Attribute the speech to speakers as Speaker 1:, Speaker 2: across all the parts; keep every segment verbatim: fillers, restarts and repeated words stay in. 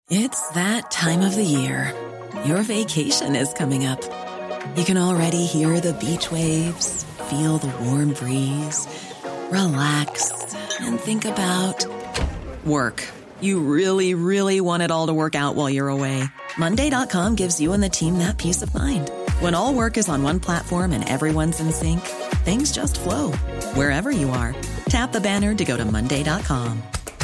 Speaker 1: It's that time of the year. Your vacation is coming up. You can already hear the beach waves, feel the warm breeze, relax, and think about work. You really, really want it all to work out while you're away. Monday dot com gives you and the team that peace of mind. When all work is on one platform and everyone's in sync, things just flow. Wherever you are, tap the banner to go to Monday dot com.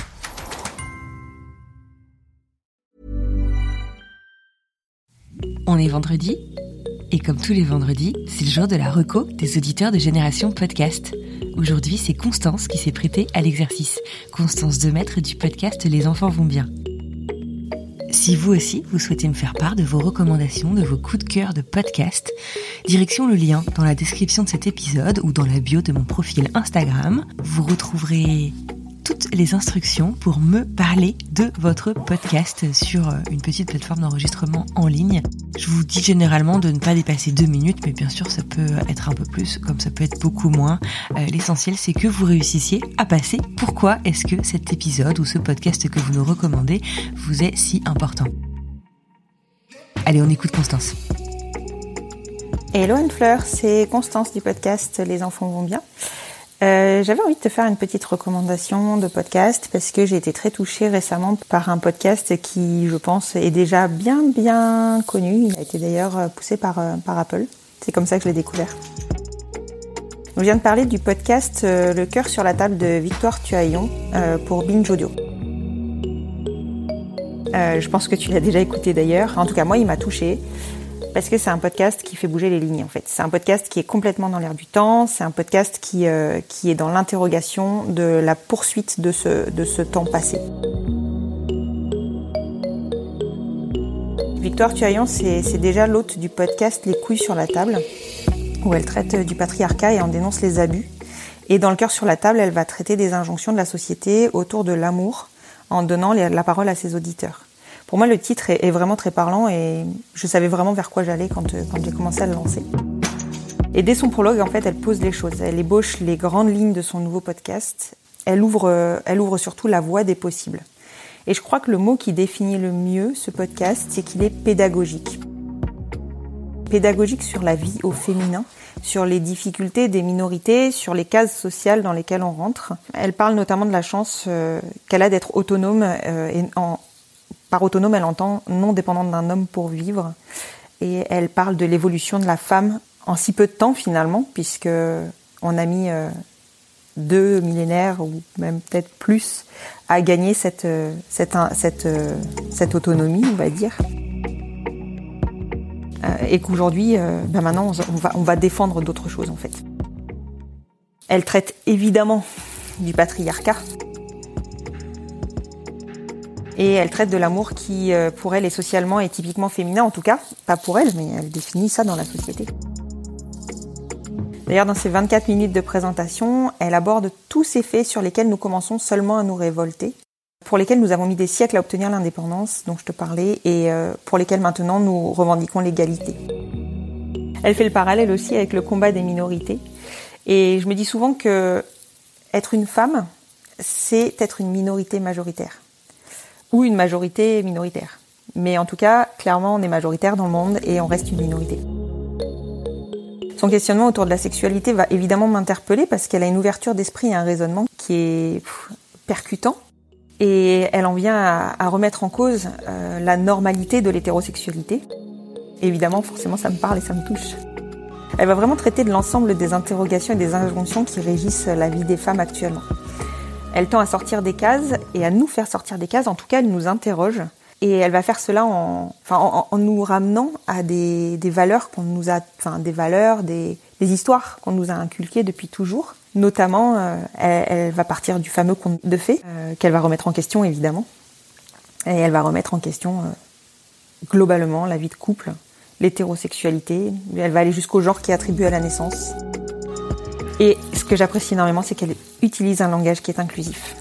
Speaker 2: On est vendredi, et comme tous les vendredis, c'est le jour de la reco des auditeurs de Génération Podcast. Aujourd'hui, c'est Constance qui s'est prêtée à l'exercice. Constance Demaître du podcast Les enfants vont bien. Si vous aussi, vous souhaitez me faire part de vos recommandations, de vos coups de cœur de podcast, direction le lien dans la description de cet épisode ou dans la bio de mon profil Instagram. Vous retrouverez toutes les instructions pour me parler de votre podcast sur une petite plateforme d'enregistrement en ligne. Je vous dis généralement de ne pas dépasser deux minutes, mais bien sûr ça peut être un peu plus, comme ça peut être beaucoup moins. Euh, l'essentiel c'est que vous réussissiez à passer. Pourquoi est-ce que cet épisode ou ce podcast que vous nous recommandez vous est si important ? Allez, on écoute Constance.
Speaker 3: Hello Anne-Fleur, c'est Constance du podcast Les enfants vont bien. Euh, j'avais envie de te faire une petite recommandation de podcast parce que j'ai été très touchée récemment par un podcast qui, je pense, est déjà bien bien connu. Il a été d'ailleurs poussé par, par Apple. C'est comme ça que je l'ai découvert. On vient de parler du podcast euh, Le cœur sur la table de Victoire Tuaillon euh, pour Binge Audio. Euh, je pense que tu l'as déjà écouté d'ailleurs. En tout cas, moi, il m'a touchée. Parce que c'est un podcast qui fait bouger les lignes en fait. C'est un podcast qui est complètement dans l'air du temps. C'est un podcast qui euh, qui est dans l'interrogation de la poursuite de ce de ce temps passé. Victoire Tuaillon, c'est c'est déjà l'hôte du podcast Les couilles sur la table, où elle traite du patriarcat et en dénonce les abus. Et dans Le cœur sur la table, elle va traiter des injonctions de la société autour de l'amour, en donnant les, la parole à ses auditeurs. Pour moi, le titre est, est vraiment très parlant et je savais vraiment vers quoi j'allais quand, quand j'ai commencé à le lancer. Et dès son prologue, en fait, elle pose les choses. Elle ébauche les grandes lignes de son nouveau podcast. Elle ouvre, elle ouvre surtout la voie des possibles. Et je crois que le mot qui définit le mieux ce podcast, c'est qu'il est pédagogique. Pédagogique sur la vie au féminin, sur les difficultés des minorités, sur les cases sociales dans lesquelles on rentre. Elle parle notamment de la chance euh, qu'elle a d'être autonome euh, et en Par autonome, elle entend non dépendante d'un homme pour vivre. Et elle parle de l'évolution de la femme en si peu de temps finalement, puisque on a mis euh, deux millénaires ou même peut-être plus à gagner cette, cette, cette, cette autonomie, on va dire. Euh, et qu'aujourd'hui, euh, ben maintenant, on va, on va défendre d'autres choses en fait. Elle traite évidemment du patriarcat. Et elle traite de l'amour qui, pour elle, est socialement et typiquement féminin, en tout cas, pas pour elle, mais elle définit ça dans la société. D'ailleurs, dans ces vingt-quatre minutes de présentation, elle aborde tous ces faits sur lesquels nous commençons seulement à nous révolter, pour lesquels nous avons mis des siècles à obtenir l'indépendance dont je te parlais, et pour lesquels maintenant nous revendiquons l'égalité. Elle fait le parallèle aussi avec le combat des minorités. Et je me dis souvent que être une femme, c'est être une minorité majoritaire. Ou une majorité minoritaire. Mais en tout cas, clairement, on est majoritaire dans le monde et on reste une minorité. Son questionnement autour de la sexualité va évidemment m'interpeller parce qu'elle a une ouverture d'esprit et un raisonnement qui est pff, percutant. Et elle en vient à, à remettre en cause euh, la normalité de l'hétérosexualité. Évidemment, forcément, ça me parle et ça me touche. Elle va vraiment traiter de l'ensemble des interrogations et des injonctions qui régissent la vie des femmes actuellement. Elle tend à sortir des cases et à nous faire sortir des cases. En tout cas, elle nous interroge. Et elle va faire cela en, enfin, en, en nous ramenant à des, des valeurs qu'on nous a, enfin, des valeurs, des, des histoires qu'on nous a inculquées depuis toujours. Notamment, euh, elle, elle va partir du fameux conte de fées, euh, qu'elle va remettre en question, évidemment. Et elle va remettre en question, euh, globalement, la vie de couple, l'hétérosexualité. Elle va aller jusqu'au genre qui est attribué à la naissance. Et ce que j'apprécie énormément, c'est qu'elle utilise un langage qui est inclusif.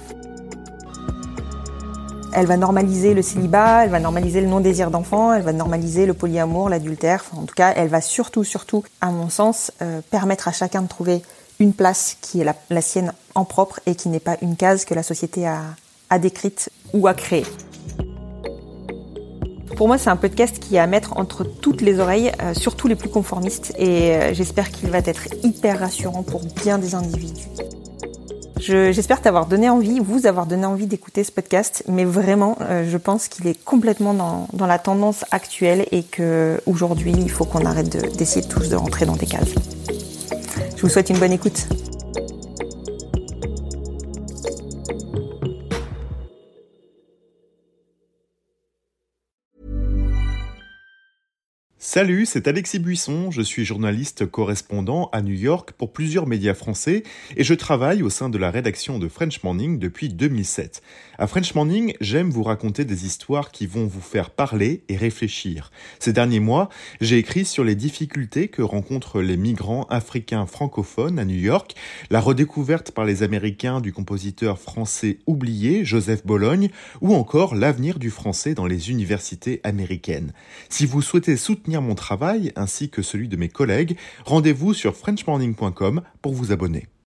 Speaker 3: Elle va normaliser le célibat, elle va normaliser le non-désir d'enfant, elle va normaliser le polyamour, l'adultère. Enfin, en tout cas, elle va surtout, surtout, à mon sens, euh, permettre à chacun de trouver une place qui est la, la sienne en propre et qui n'est pas une case que la société a, a décrite ou a créée. Pour moi, c'est un podcast qui est à mettre entre toutes les oreilles, euh, surtout les plus conformistes, et euh, j'espère qu'il va être hyper rassurant pour bien des individus. Je, j'espère t'avoir donné envie, vous avoir donné envie d'écouter ce podcast, mais vraiment, euh, je pense qu'il est complètement dans, dans la tendance actuelle et qu'aujourd'hui, il faut qu'on arrête de, d'essayer tous de rentrer dans des cases. Je vous souhaite une bonne écoute.
Speaker 4: Salut, c'est Alexis Buisson, je suis journaliste correspondant à New York pour plusieurs médias français et je travaille au sein de la rédaction de French Morning depuis deux mille sept. À French Morning, j'aime vous raconter des histoires qui vont vous faire parler et réfléchir. Ces derniers mois, j'ai écrit sur les difficultés que rencontrent les migrants africains francophones à New York, la redécouverte par les Américains du compositeur français oublié Joseph Bologne ou encore l'avenir du français dans les universités américaines. Si vous souhaitez soutenir mon travail ainsi que celui de mes collègues, rendez-vous sur french morning point com pour vous abonner.